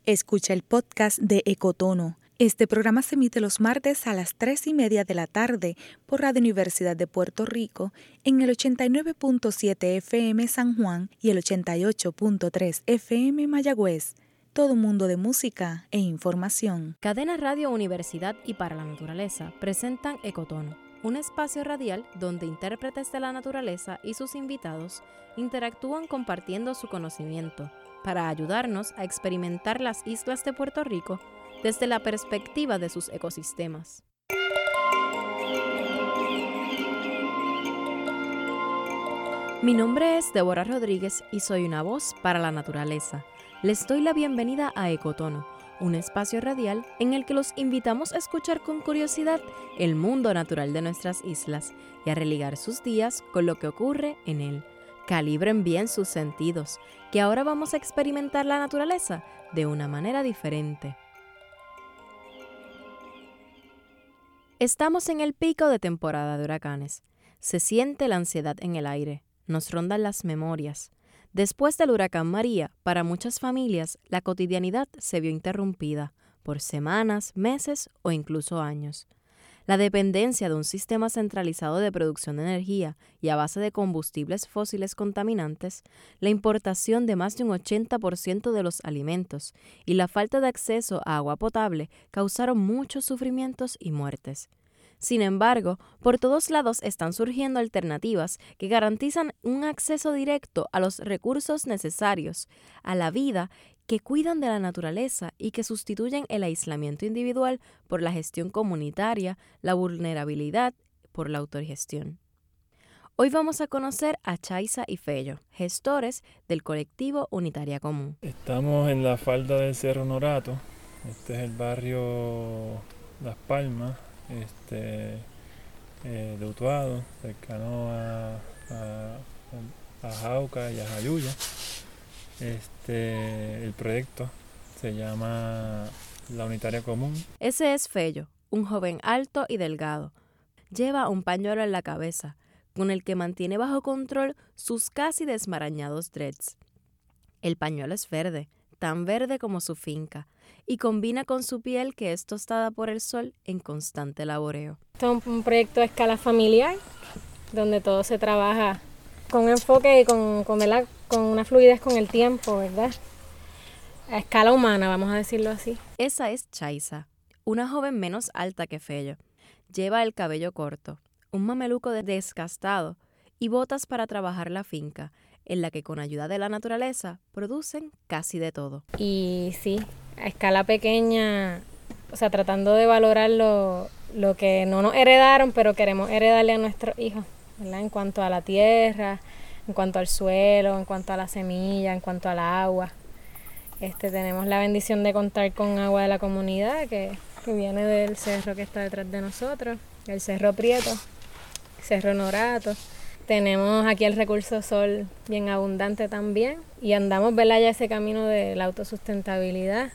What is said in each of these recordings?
Escucha el podcast de Ecotono. Este programa se emite los martes a las 3:30 de la tarde por Radio Universidad de Puerto Rico en el 89.7 FM San Juan y el 88.3 FM Mayagüez. Todo un mundo de música e información. Cadena Radio Universidad y para la Naturaleza presentan Ecotono, un espacio radial donde intérpretes de la naturaleza y sus invitados interactúan compartiendo su conocimiento para ayudarnos a experimentar las islas de Puerto Rico desde la perspectiva de sus ecosistemas. Mi nombre es Deborah Rodríguez y soy una voz para la naturaleza. Les doy la bienvenida a Ecotono, un espacio radial en el que los invitamos a escuchar con curiosidad el mundo natural de nuestras islas y a religar sus días con lo que ocurre en él. Calibren bien sus sentidos, que ahora vamos a experimentar la naturaleza de una manera diferente. Estamos en el pico de temporada de huracanes. Se siente la ansiedad en el aire, nos rondan las memorias. Después del huracán María, para muchas familias, la cotidianidad se vio interrumpida por semanas, meses o incluso años. La dependencia de un sistema centralizado de producción de energía y a base de combustibles fósiles contaminantes, la importación de más de un 80% de los alimentos y la falta de acceso a agua potable causaron muchos sufrimientos y muertes. Sin embargo, por todos lados están surgiendo alternativas que garantizan un acceso directo a los recursos necesarios a la vida, que cuidan de la naturaleza y que sustituyen el aislamiento individual por la gestión comunitaria, la vulnerabilidad por la autogestión. Hoy vamos a conocer a Chaisa y Fello, gestores del colectivo Unitaria Común. Estamos en la falda del Cerro Norato. Este es el barrio Las Palmas, de Utuado, cercano a Jauca y a Jayuya. El proyecto se llama La Unitaria Común. Ese es Fello, un joven alto y delgado. Lleva un pañuelo en la cabeza, con el que mantiene bajo control sus casi desmarañados dreads. El pañuelo es verde, tan verde como su finca, y combina con su piel que es tostada por el sol en constante laboreo. Esto es un proyecto a escala familiar, donde todo se trabaja con enfoque y con una fluidez con el tiempo, ¿verdad? A escala humana, vamos a decirlo así. Esa es Chaisa, una joven menos alta que Fello. Lleva el cabello corto, un mameluco desgastado y botas para trabajar la finca, en la que con ayuda de la naturaleza producen casi de todo. Y sí, a escala pequeña, o sea, tratando de valorar lo que no nos heredaron, pero queremos heredarle a nuestros hijos, ¿verdad? En cuanto a la tierra, en cuanto al suelo, en cuanto a la semilla, en cuanto al agua. Tenemos la bendición de contar con agua de la comunidad que viene del cerro que está detrás de nosotros, el Cerro Prieto, Cerro Norato. Tenemos aquí el recurso sol bien abundante también y andamos, ¿verdad?, ya ese camino de la autosustentabilidad.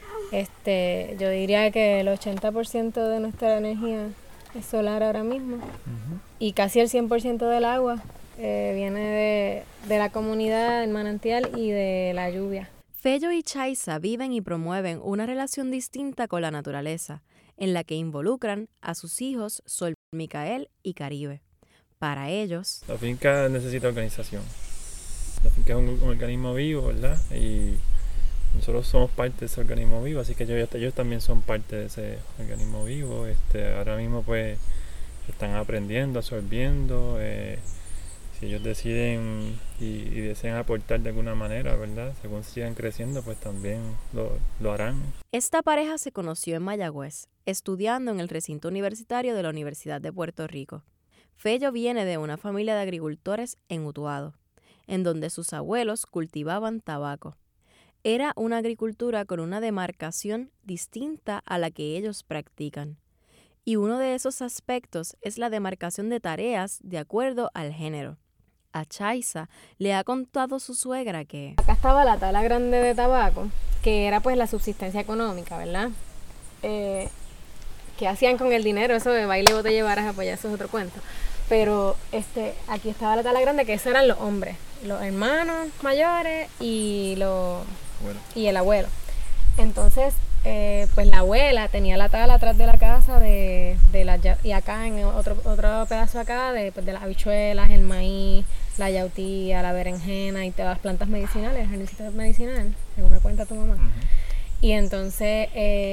Yo diría que el 80% de nuestra energía es solar ahora mismo. Uh-huh. Y casi el 100% del agua viene de la comunidad, el manantial y de la lluvia. Fello y Chaisa viven y promueven una relación distinta con la naturaleza, en la que involucran a sus hijos Sol, Micael y Caribe. Para ellos, la finca necesita organización. La finca es un organismo vivo, ¿verdad? Y nosotros somos parte de ese organismo vivo, así que ellos también son parte de ese organismo vivo. Ahora mismo pues están aprendiendo, absorbiendo. Si ellos deciden y desean aportar de alguna manera, ¿verdad? Según sigan creciendo, pues también lo harán. Esta pareja se conoció en Mayagüez, estudiando en el recinto universitario de la Universidad de Puerto Rico. Fello viene de una familia de agricultores en Utuado, en donde sus abuelos cultivaban tabaco. Era una agricultura con una demarcación distinta a la que ellos practican. Y uno de esos aspectos es la demarcación de tareas de acuerdo al género. A Chaisa le ha contado su suegra que acá estaba la tala grande de tabaco, que era pues la subsistencia económica, ¿verdad? ¿Qué hacían con el dinero? Eso de baile y botella y baraja, pues ya eso es otro cuento. Pero aquí estaba la tala grande, que esos eran los hombres, los hermanos mayores y el abuelo. Entonces, pues la abuela tenía la tala atrás de la casa y acá en otro pedazo acá de las habichuelas, el maíz, la yautía, la berenjena y todas las plantas medicinales, el herbicida medicinal, según me cuenta tu mamá. Y entonces,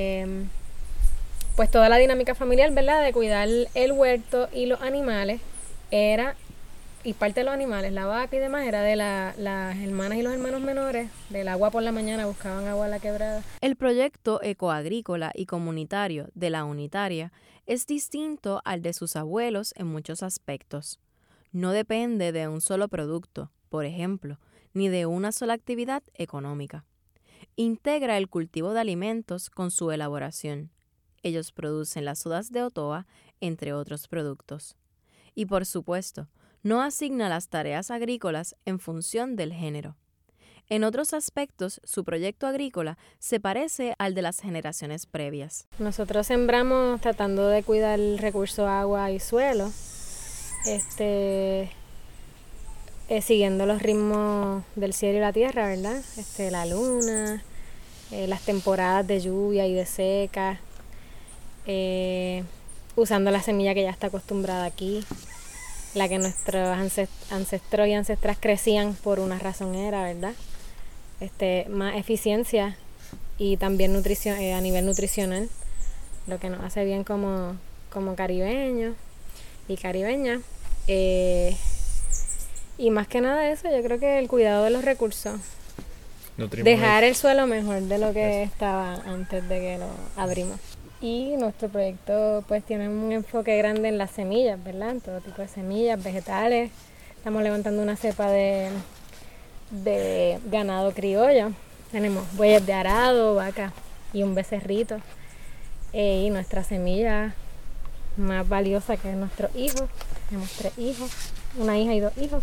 pues toda la dinámica familiar, ¿verdad? De cuidar el huerto y los animales y parte de los animales, la vaca y demás, era de las hermanas y los hermanos menores. Del agua por la mañana buscaban agua a la quebrada. El proyecto ecoagrícola y comunitario de la Unitaria es distinto al de sus abuelos en muchos aspectos. No depende de un solo producto, por ejemplo, ni de una sola actividad económica. Integra el cultivo de alimentos con su elaboración. Ellos producen las sodas de Otoa, entre otros productos. Y por supuesto, no asigna las tareas agrícolas en función del género. En otros aspectos, su proyecto agrícola se parece al de las generaciones previas. Nosotros sembramos tratando de cuidar el recurso agua y suelo, siguiendo los ritmos del cielo y la tierra, ¿verdad? La luna, las temporadas de lluvia y de seca, usando la semilla que ya está acostumbrada aquí. La que nuestros ancestros y ancestras crecían por una razón era, ¿verdad? Más eficiencia y también nutrición, a nivel nutricional, lo que nos hace bien como caribeños y caribeñas. Y más que nada eso, yo creo que el cuidado de los recursos. Dejar el suelo mejor de lo que estaba antes de que lo abrimos. Y nuestro proyecto pues tiene un enfoque grande en las semillas, ¿verdad? En todo tipo de semillas, vegetales. Estamos levantando una cepa de ganado criollo. Tenemos bueyes de arado, vaca y un becerrito. Y nuestra semilla más valiosa, que es nuestro hijo. Tenemos 3 hijos, una hija y 2 hijos.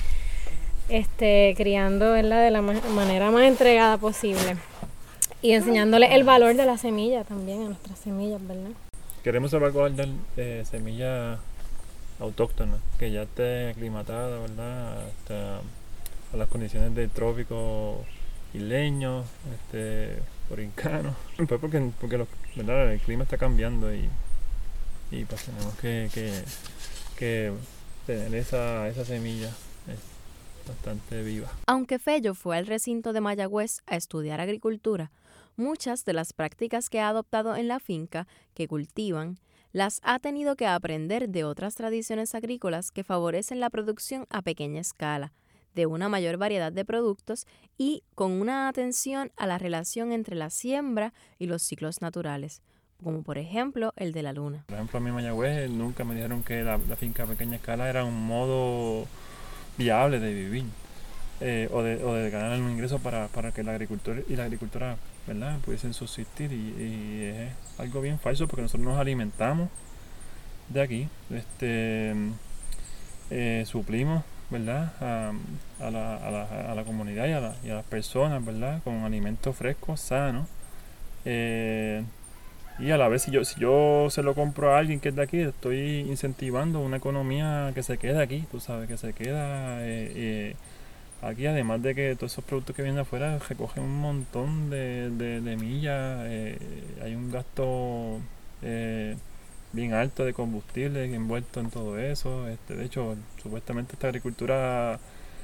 Criando, ¿verdad?, de la manera más entregada posible. Y enseñándole el valor de la semilla también a nuestras semillas, ¿verdad? Queremos salvaguardar semillas autóctonas, que ya esté aclimatada, ¿verdad?, a las condiciones del trópico isleño, borincano. Pues porque ¿verdad?, el clima está cambiando y pues tenemos que tener esa semilla bastante viva. Aunque Fello fue al recinto de Mayagüez a estudiar agricultura, muchas de las prácticas que ha adoptado en la finca que cultivan las ha tenido que aprender de otras tradiciones agrícolas que favorecen la producción a pequeña escala, de una mayor variedad de productos y con una atención a la relación entre la siembra y los ciclos naturales, como por ejemplo el de la luna. Por ejemplo, a mí en Mayagüez nunca me dijeron que la finca a pequeña escala era un modo viable de vivir o de ganar un ingreso para que el agricultor y la agricultura, ¿verdad?, pudiesen subsistir, y es algo bien falso, porque nosotros nos alimentamos de aquí, suplimos, ¿verdad?, a la comunidad y a las personas, ¿verdad?, con alimentos frescos, sanos, y a la vez si yo se lo compro a alguien que es de aquí, estoy incentivando una economía que se queda aquí, tú sabes, que se queda aquí, además de que todos esos productos que vienen de afuera recogen un montón de millas, hay un gasto bien alto de combustible envuelto en todo eso. De hecho, supuestamente esta agricultura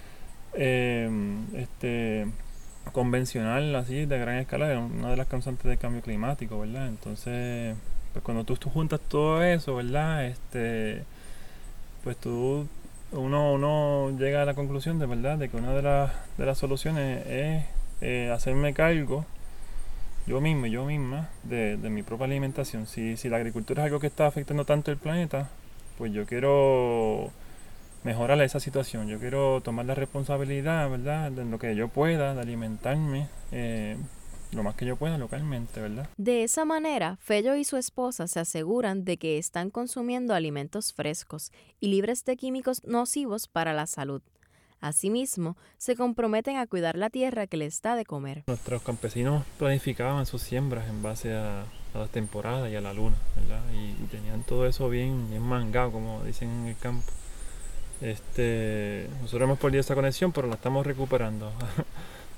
convencional, así de gran escala, es una de las causantes del cambio climático, ¿verdad? Entonces, pues cuando tú juntas todo eso, ¿verdad?, pues uno llega a la conclusión de verdad de que una de las soluciones es hacerme cargo yo misma de mi propia alimentación. Si la agricultura es algo que está afectando tanto el planeta, pues yo quiero mejorar esa situación. Yo quiero tomar la responsabilidad, ¿verdad?, de lo que yo pueda, de alimentarme lo más que yo pueda localmente, ¿verdad? De esa manera, Fello y su esposa se aseguran de que están consumiendo alimentos frescos y libres de químicos nocivos para la salud. Asimismo, se comprometen a cuidar la tierra que les da de comer. Nuestros campesinos planificaban sus siembras en base a las temporadas y a la luna, ¿verdad? Y tenían todo eso bien mangado, como dicen en el campo. Nosotros hemos perdido esa conexión, pero la estamos recuperando.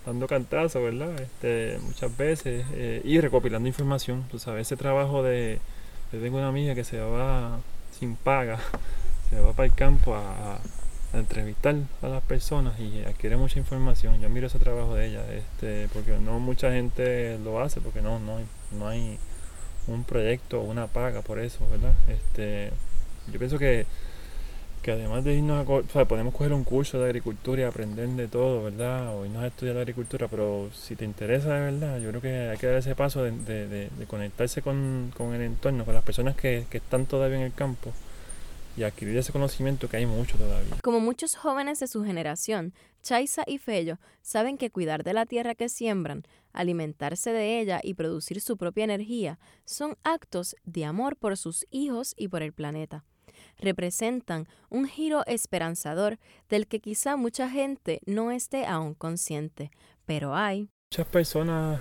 dando cantazos, ¿verdad? Muchas veces, y recopilando información. Tú sabes, ese trabajo yo tengo una amiga que se va sin paga, se va para el campo a entrevistar a las personas y adquiere mucha información. Yo admiro ese trabajo de ella, porque no mucha gente lo hace, porque no hay un proyecto o una paga por eso, ¿verdad? Yo pienso que además de irnos podemos coger un curso de agricultura y aprender de todo, ¿verdad? O irnos a estudiar la agricultura, pero si te interesa de verdad, yo creo que hay que dar ese paso de conectarse con el entorno, con las personas que están todavía en el campo y adquirir ese conocimiento, que hay mucho todavía. Como muchos jóvenes de su generación, Chaisa y Fello saben que cuidar de la tierra que siembran, alimentarse de ella y producir su propia energía son actos de amor por sus hijos y por el planeta. Representan un giro esperanzador del que quizá mucha gente no esté aún consciente, pero hay muchas personas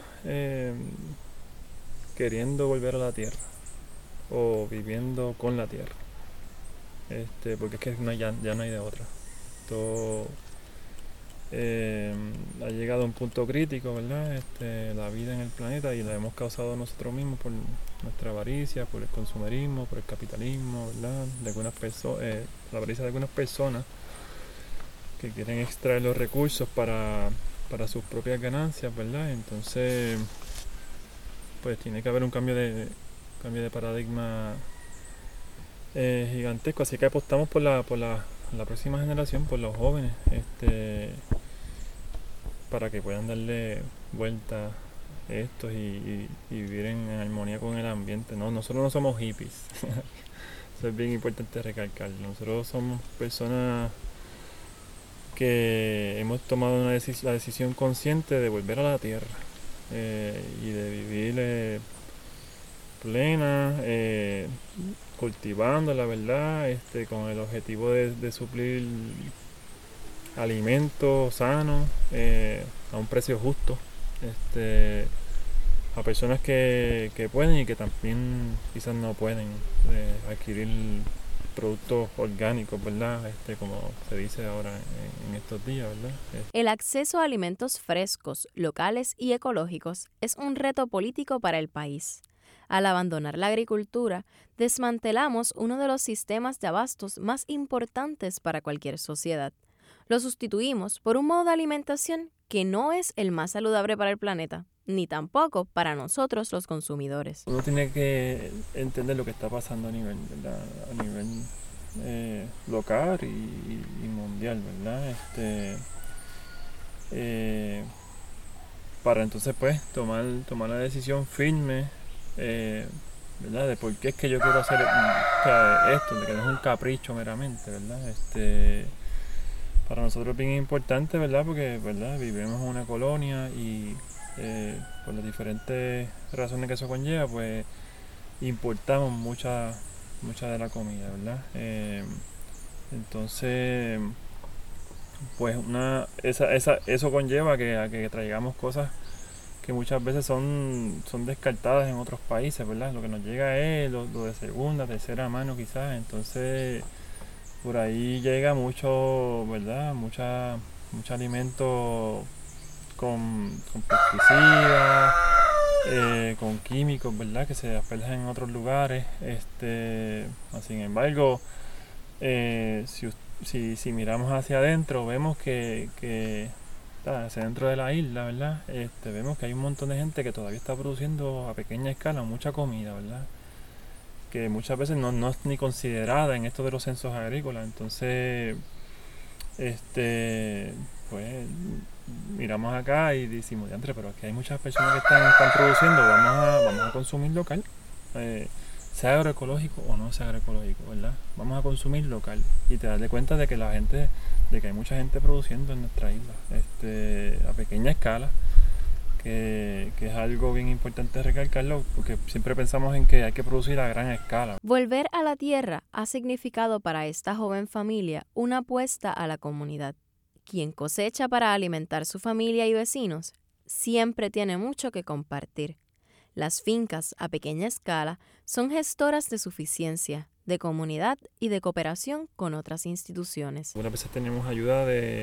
queriendo volver a la tierra o viviendo con la tierra, porque es que ya no hay de otra. Todo ha llegado a un punto crítico, ¿verdad? La vida en el planeta, y la hemos causado nosotros mismos por nuestra avaricia, por el consumerismo, por el capitalismo, ¿verdad? La avaricia de algunas personas que quieren extraer los recursos para sus propias ganancias, ¿verdad? Entonces, pues tiene que haber un cambio de paradigma gigantesco, así que apostamos por la próxima generación, por los jóvenes, para que puedan darle vuelta a esto y vivir en armonía con el ambiente. Nosotros no somos hippies. Eso es bien importante recalcarlo. Nosotros somos personas que hemos tomado la decisión consciente de volver a la tierra y de vivir plena, cultivando la verdad, con el objetivo de suplir alimentos sanos a un precio justo, a personas que pueden y que también quizás no pueden adquirir productos orgánicos, ¿verdad? Como se dice ahora en estos días, ¿verdad? El acceso a alimentos frescos, locales y ecológicos es un reto político para el país. Al abandonar la agricultura, desmantelamos uno de los sistemas de abastos más importantes para cualquier sociedad. Lo sustituimos por un modo de alimentación que no es el más saludable para el planeta, ni tampoco para nosotros los consumidores. Uno tiene que entender lo que está pasando a nivel, ¿verdad? A nivel local y mundial, ¿verdad? Para entonces pues tomar la decisión firme, ¿verdad? De por qué es que yo quiero hacer esto, de que no es un capricho meramente, ¿verdad? Para nosotros es bien importante, ¿verdad? Porque, ¿verdad? Vivimos en una colonia y por las diferentes razones que eso conlleva, pues importamos mucha de la comida, ¿verdad? Entonces, pues eso conlleva a que traigamos cosas que muchas veces son descartadas en otros países, ¿verdad? Lo que nos llega es lo de segunda, tercera mano quizás, entonces por ahí llega mucho, ¿verdad? Mucho alimento con pesticidas, con químicos, ¿verdad? Que se asperjan en otros lugares. Sin embargo, si miramos hacia adentro, vemos que hacia dentro de la isla, ¿verdad? Vemos que hay un montón de gente que todavía está produciendo a pequeña escala mucha comida, ¿verdad? Que muchas veces no es ni considerada en esto de los censos agrícolas. Entonces, pues miramos acá y decimos, pero aquí hay muchas personas que están produciendo, vamos a consumir local, sea agroecológico o no sea agroecológico, ¿verdad? Vamos a consumir local y te das cuenta de que hay mucha gente produciendo en nuestra isla, a pequeña escala, que es algo bien importante recalcarlo, porque siempre pensamos en que hay que producir a gran escala. Volver a la tierra ha significado para esta joven familia una apuesta a la comunidad. Quien cosecha para alimentar su familia y vecinos siempre tiene mucho que compartir. Las fincas a pequeña escala son gestoras de suficiencia, de comunidad y de cooperación con otras instituciones. Algunas veces tenemos ayuda de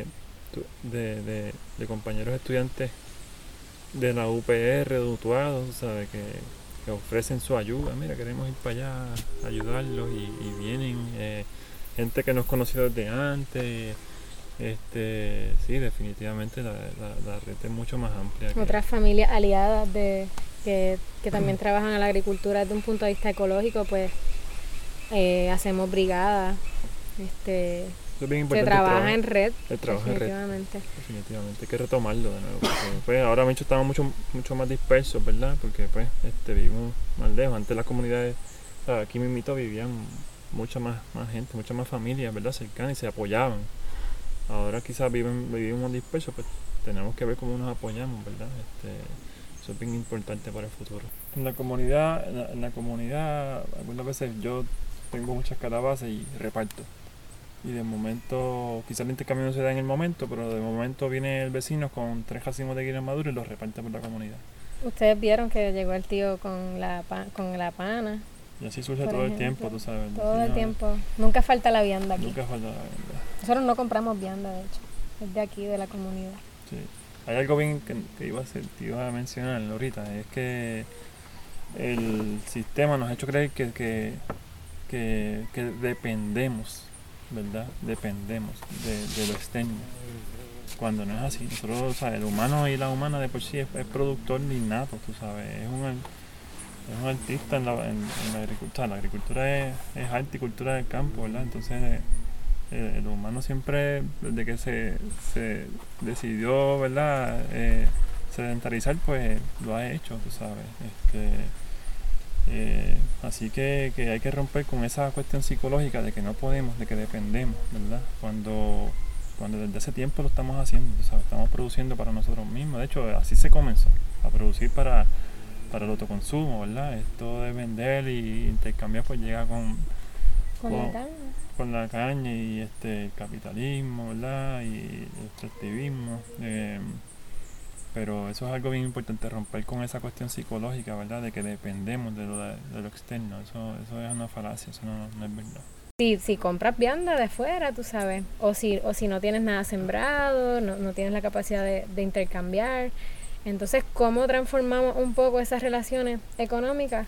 de compañeros estudiantes de la UPR, de Utuado, ¿sabes? Que ofrecen su ayuda. Mira, queremos ir para allá a ayudarlos y vienen gente que nos conoció desde antes. Sí, definitivamente la red es mucho más amplia. Otras familias aliadas que también trabajan en la agricultura desde un punto de vista ecológico, pues hacemos brigadas. Eso es bien se importante. trabaja en red. El trabajo en red. Definitivamente. Hay que retomarlo de nuevo. Porque, pues, ahora mismo estamos mucho más dispersos, ¿verdad? Porque pues vivimos más lejos. Antes las comunidades, o sea, aquí mismito vivían mucha más gente, muchas más familias, ¿verdad? Cercanas y se apoyaban. Ahora quizás vivimos más dispersos, pues tenemos que ver cómo nos apoyamos, ¿verdad? Eso es bien importante para el futuro. En la comunidad, algunas veces yo tengo muchas calabazas y reparto. Y de momento, quizás el intercambio no se da en el momento, pero de momento viene el vecino con 3 racimos de guineos maduros y los reparte por la comunidad. Ustedes vieron que llegó el tío con la pana. Y así surge todo el tiempo, tú sabes. Todo el tiempo. Nunca falta la vianda aquí. Nunca falta la vianda. Nosotros no compramos vianda, de hecho. Es de aquí, de la comunidad. Sí. Hay algo bien que te iba a mencionar ahorita. Es que el sistema nos ha hecho creer que dependemos, ¿verdad? Dependemos de lo externo. Cuando no es así. Nosotros, o sea, el humano y la humana de por sí es productor innato, tú sabes. Es un artista en la agricultura. La agricultura es arte y cultura del campo, ¿verdad? Entonces el humano siempre, desde que se decidió, ¿verdad? Sedentarizar, pues lo ha hecho, tú sabes. Así que hay que romper con esa cuestión psicológica de que no podemos, de que dependemos, ¿verdad? Cuando desde hace tiempo lo estamos haciendo, tú sabes, estamos produciendo para nosotros mismos. De hecho, así se comenzó, a producir para el autoconsumo, ¿verdad? Esto de vender y intercambiar pues llega con la caña y el capitalismo, ¿verdad? Y el extractivismo. Pero eso es algo bien importante, romper con esa cuestión psicológica, ¿verdad? De que dependemos de lo externo. Eso es una falacia, eso no es verdad. Si compras vianda de fuera, tú sabes, o si no tienes nada sembrado, no tienes la capacidad de intercambiar. Entonces, ¿cómo transformamos un poco esas relaciones económicas?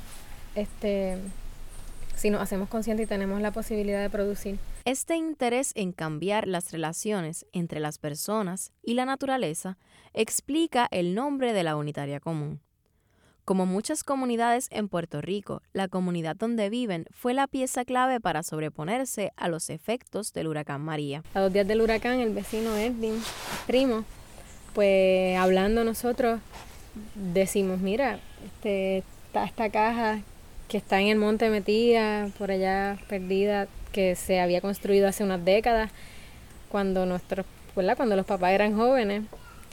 Si nos hacemos conscientes y tenemos la posibilidad de producir. Este interés en cambiar las relaciones entre las personas y la naturaleza explica el nombre de la unitaria común. Como muchas comunidades en Puerto Rico, la comunidad donde viven fue la pieza clave para sobreponerse a los efectos del huracán María. A 2 días del huracán, el vecino Edwin, primo, pues hablando nosotros, decimos, mira, está esta caja que está en el monte metida, por allá perdida, que se había construido hace unas décadas, cuando los papás eran jóvenes,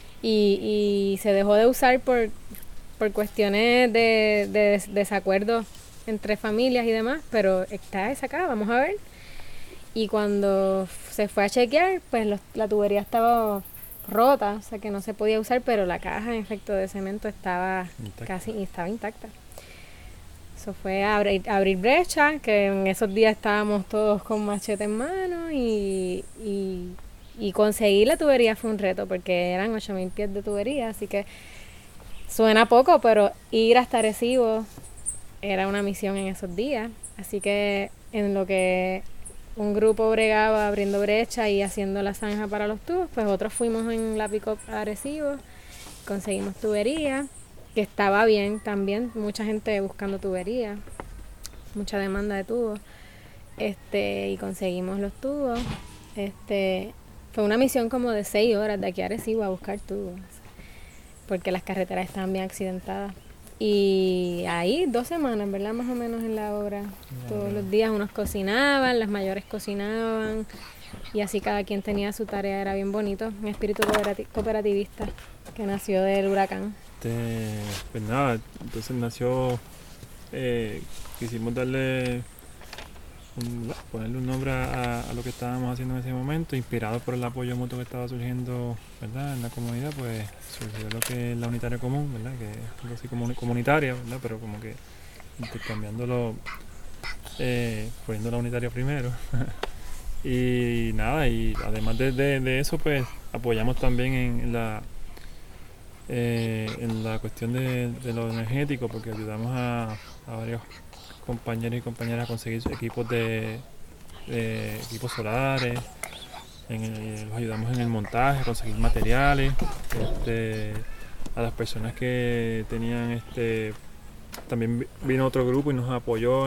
y se dejó de usar por cuestiones de desacuerdos entre familias y demás, pero está esa caja, vamos a ver. Y cuando se fue a chequear, pues la tubería estaba rota, o sea que no se podía usar, pero la caja en efecto de cemento estaba intacta. Eso fue abrir brecha, que en esos días estábamos todos con machete en mano y conseguir la tubería fue un reto porque eran 8,000 pies de tubería, así que suena poco, pero ir hasta Arecibo era una misión en esos días. Así que en lo que un grupo bregaba abriendo brecha y haciendo la zanja para los tubos, pues otros fuimos en la pick-up a Arecibo, conseguimos tubería, que estaba bien también, mucha gente buscando tubería, mucha demanda de tubos, y conseguimos los tubos. Fue una misión como de 6 horas de aquí a Arecibo a buscar tubos, porque las carreteras estaban bien accidentadas. Y ahí 2 semanas, ¿verdad? Más o menos en la obra. Todos los días unos cocinaban, las mayores cocinaban, y así cada quien tenía su tarea. Era bien bonito, un espíritu cooperativista que nació del huracán. Pues nada, entonces nació, quisimos ponerle un nombre a lo que estábamos haciendo en ese momento, inspirado por el apoyo mutuo que estaba surgiendo, ¿verdad? En la comunidad, pues surgió lo que es la unitaria común, ¿verdad? Que es algo así como comunitaria, ¿verdad? Pero como que intercambiándolo, poniendo la unitaria primero. Y nada, y además de eso, pues apoyamos también en la cuestión de lo energético, porque ayudamos a varios compañeros y compañeras a conseguir equipos equipos solares. Los ayudamos en el montaje, a conseguir materiales. A las personas que tenían también vino otro grupo y nos apoyó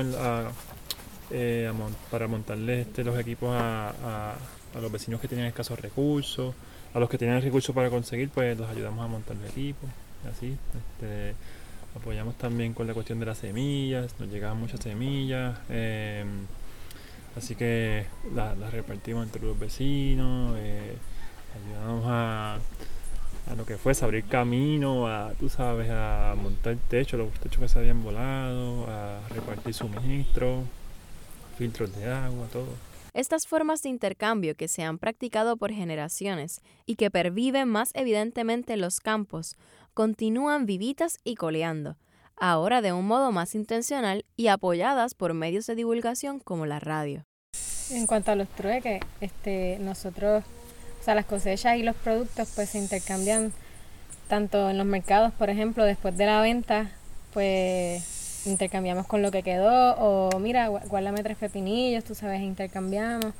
para montarles los equipos a los vecinos que tenían escasos recursos. A los que tenían recursos para conseguir, pues los ayudamos a montar el equipo. Así, apoyamos también con la cuestión de las semillas, nos llegaban muchas semillas. Así que las repartimos entre los vecinos, ayudamos a lo que fuese, a abrir camino, a montar techos, los techos que se habían volado, a repartir suministros, filtros de agua, todo. Estas formas de intercambio que se han practicado por generaciones y que perviven más evidentemente en los campos, continúan vivitas y coleando, ahora de un modo más intencional y apoyadas por medios de divulgación como la radio. En cuanto a los trueques, nosotros, las cosechas y los productos pues se intercambian tanto en los mercados, por ejemplo, después de la venta, pues intercambiamos con lo que quedó, o mira, guárdame 3 pepinillos, intercambiamos.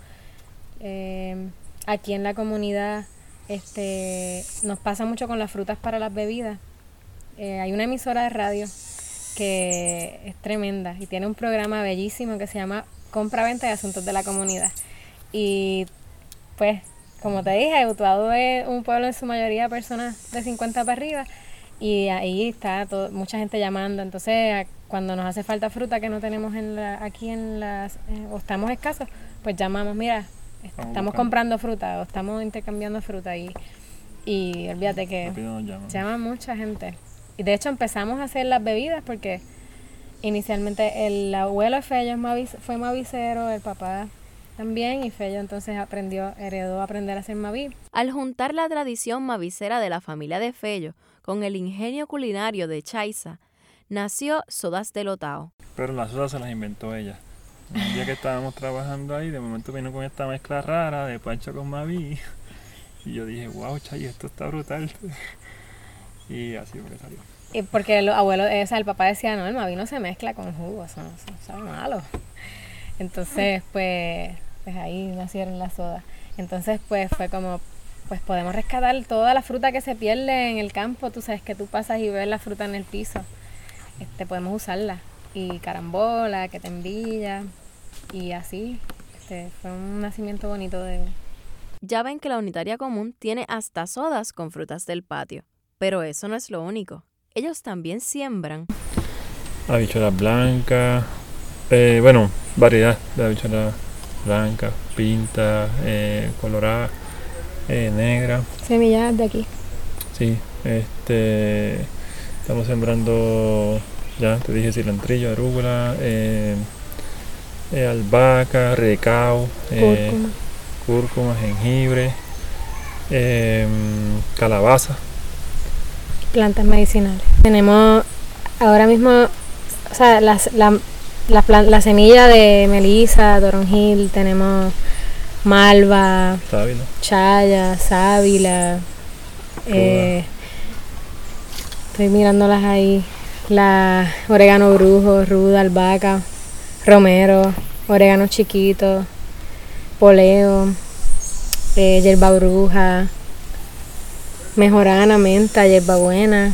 Aquí en la comunidad nos pasa mucho con las frutas para las bebidas. Hay una emisora de radio que es tremenda y tiene un programa bellísimo que se llama Compra-Venta y Asuntos de la Comunidad. Y pues, como te dije, Utuado es un pueblo en su mayoría personas de 50 para arriba, y ahí está mucha gente llamando. Entonces, cuando nos hace falta fruta que no tenemos o estamos escasos, pues llamamos, mira, estamos comprando fruta o estamos intercambiando fruta, y olvídate que llama mucha gente. Y de hecho empezamos a hacer las bebidas porque inicialmente el abuelo de Fello fue mavicero, el papá también, y Fello entonces heredó aprender a hacer maví. Al juntar la tradición mavicera de la familia de Fello con el ingenio culinario de Chaiza, nació Sodas del Otao. Pero las sodas se las inventó ella. Un día que estábamos trabajando ahí, de momento vino con esta mezcla rara de pancho con maví. Y yo dije, wow, Chay, esto está brutal. Y así fue que salió. Y porque el abuelo, el papá decía, no, el maví no se mezcla con jugo, eso sabe malo. Entonces, pues ahí nacieron las sodas. Entonces, pues fue como, pues podemos rescatar toda la fruta que se pierde en el campo. Tú sabes que tú pasas y ves la fruta en el piso. Podemos usarla. Y carambola, que te envilla. Y así, fue un nacimiento bonito de... Ya ven que la unitaria común tiene hasta sodas con frutas del patio. Pero eso no es lo único. Ellos también siembran habichuelas blancas, variedad de habichuelas blancas, pintas, coloradas, negras. Semillas de aquí. Sí, estamos sembrando, ya te dije, cilantrillo, arúgula, albahaca, recao, cúrcuma, jengibre, calabaza. Plantas medicinales. Tenemos ahora mismo, la semilla de melisa, toronjil, tenemos malva, sábila, chaya, sábila, estoy mirándolas ahí, orégano brujo, ruda, albahaca, romero, orégano chiquito, poleo, hierba bruja, mejorana, menta, hierbabuena,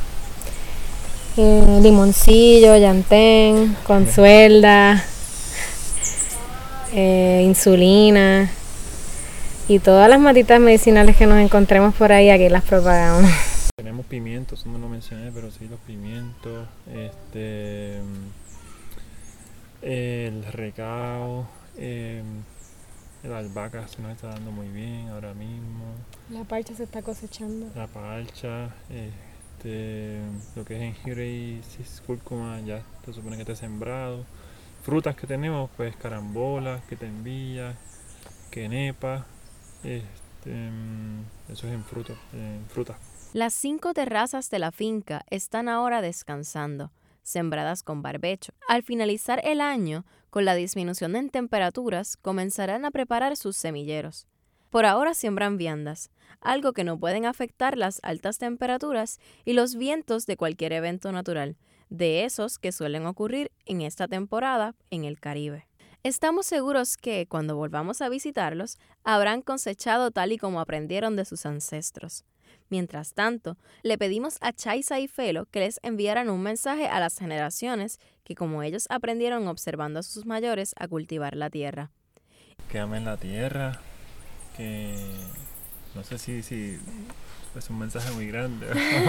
limoncillo, llantén, consuelda, insulina y todas las matitas medicinales que nos encontremos por ahí, aquí las propagamos. Tenemos pimientos, no lo mencioné, pero sí los pimientos, el recao, la albahaca se nos está dando muy bien ahora mismo. La parcha se está cosechando. La parcha, lo que es jengibre y cúrcuma ya se supone que está sembrado. Frutas que tenemos, pues carambolas, que te envía, quenepa, eso es en fruta. Las 5 terrazas de la finca están ahora descansando, sembradas con barbecho. Al finalizar el año, con la disminución en temperaturas, comenzarán a preparar sus semilleros. Por ahora siembran viandas, algo que no pueden afectar las altas temperaturas y los vientos de cualquier evento natural, de esos que suelen ocurrir en esta temporada en el Caribe. Estamos seguros que, cuando volvamos a visitarlos, habrán cosechado tal y como aprendieron de sus ancestros. Mientras tanto, le pedimos a Chaisa y Felo que les enviaran un mensaje a las generaciones que, como ellos aprendieron observando a sus mayores, a cultivar la tierra. Que amen la tierra, que no sé si es un mensaje muy grande,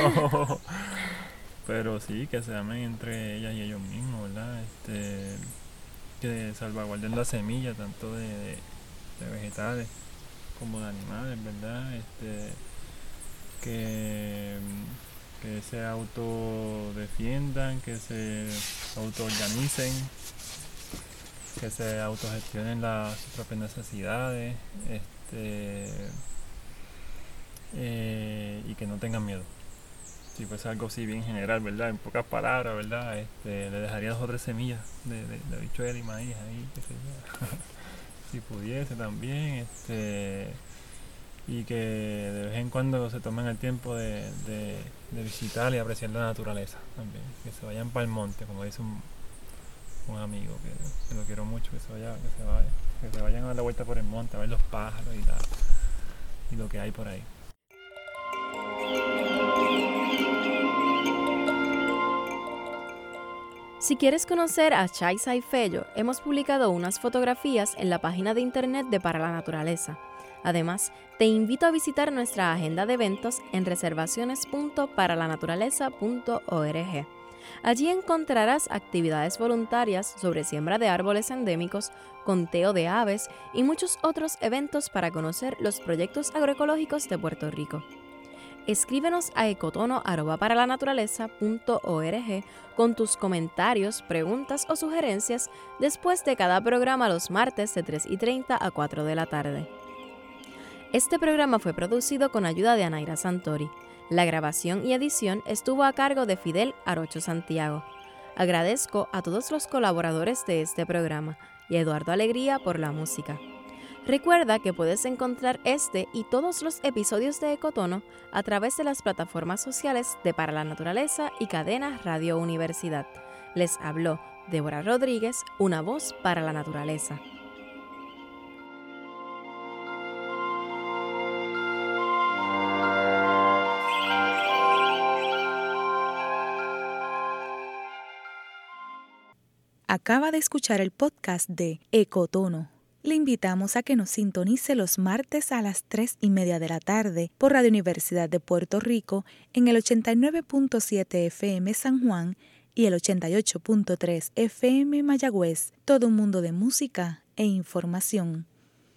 pero sí, que se amen entre ellas y ellos mismos, ¿verdad? Que salvaguarden la semilla tanto de vegetales como de animales, ¿verdad? Que se autodefiendan, que se autoorganicen, que se autogestionen sus propias necesidades, y que no tengan miedo. Si fuese algo así bien general, ¿verdad? En pocas palabras, ¿verdad? Le dejaría 2 o 3 semillas de habichuela y maíz ahí, qué sé yo. Si pudiese también, y que de vez en cuando se tomen el tiempo de visitar y apreciar la naturaleza también. Que se vayan para el monte, como dice un amigo que lo quiero mucho, que se vayan a dar la vuelta por el monte a ver los pájaros y lo que hay por ahí. Si quieres conocer a Chaisa y Felo, hemos publicado unas fotografías en la página de internet de Para la Naturaleza. Además, te invito a visitar nuestra agenda de eventos en reservaciones.paralanaturaleza.org. Allí encontrarás actividades voluntarias sobre siembra de árboles endémicos, conteo de aves y muchos otros eventos para conocer los proyectos agroecológicos de Puerto Rico. Escríbenos a ecotono@paralanaturaleza.org con tus comentarios, preguntas o sugerencias después de cada programa los martes de 3:30 a 4 de la tarde. Este programa fue producido con ayuda de Anaira Santori. La grabación y edición estuvo a cargo de Fidel Arocho Santiago. Agradezco a todos los colaboradores de este programa y a Eduardo Alegría por la música. Recuerda que puedes encontrar este y todos los episodios de Ecotono a través de las plataformas sociales de Para la Naturaleza y Cadena Radio Universidad. Les habló Débora Rodríguez, una voz para la naturaleza. Acaba de escuchar el podcast de Ecotono. Le invitamos a que nos sintonice los martes a las 3:30 de la tarde por Radio Universidad de Puerto Rico en el 89.7 FM San Juan y el 88.3 FM Mayagüez. Todo un mundo de música e información.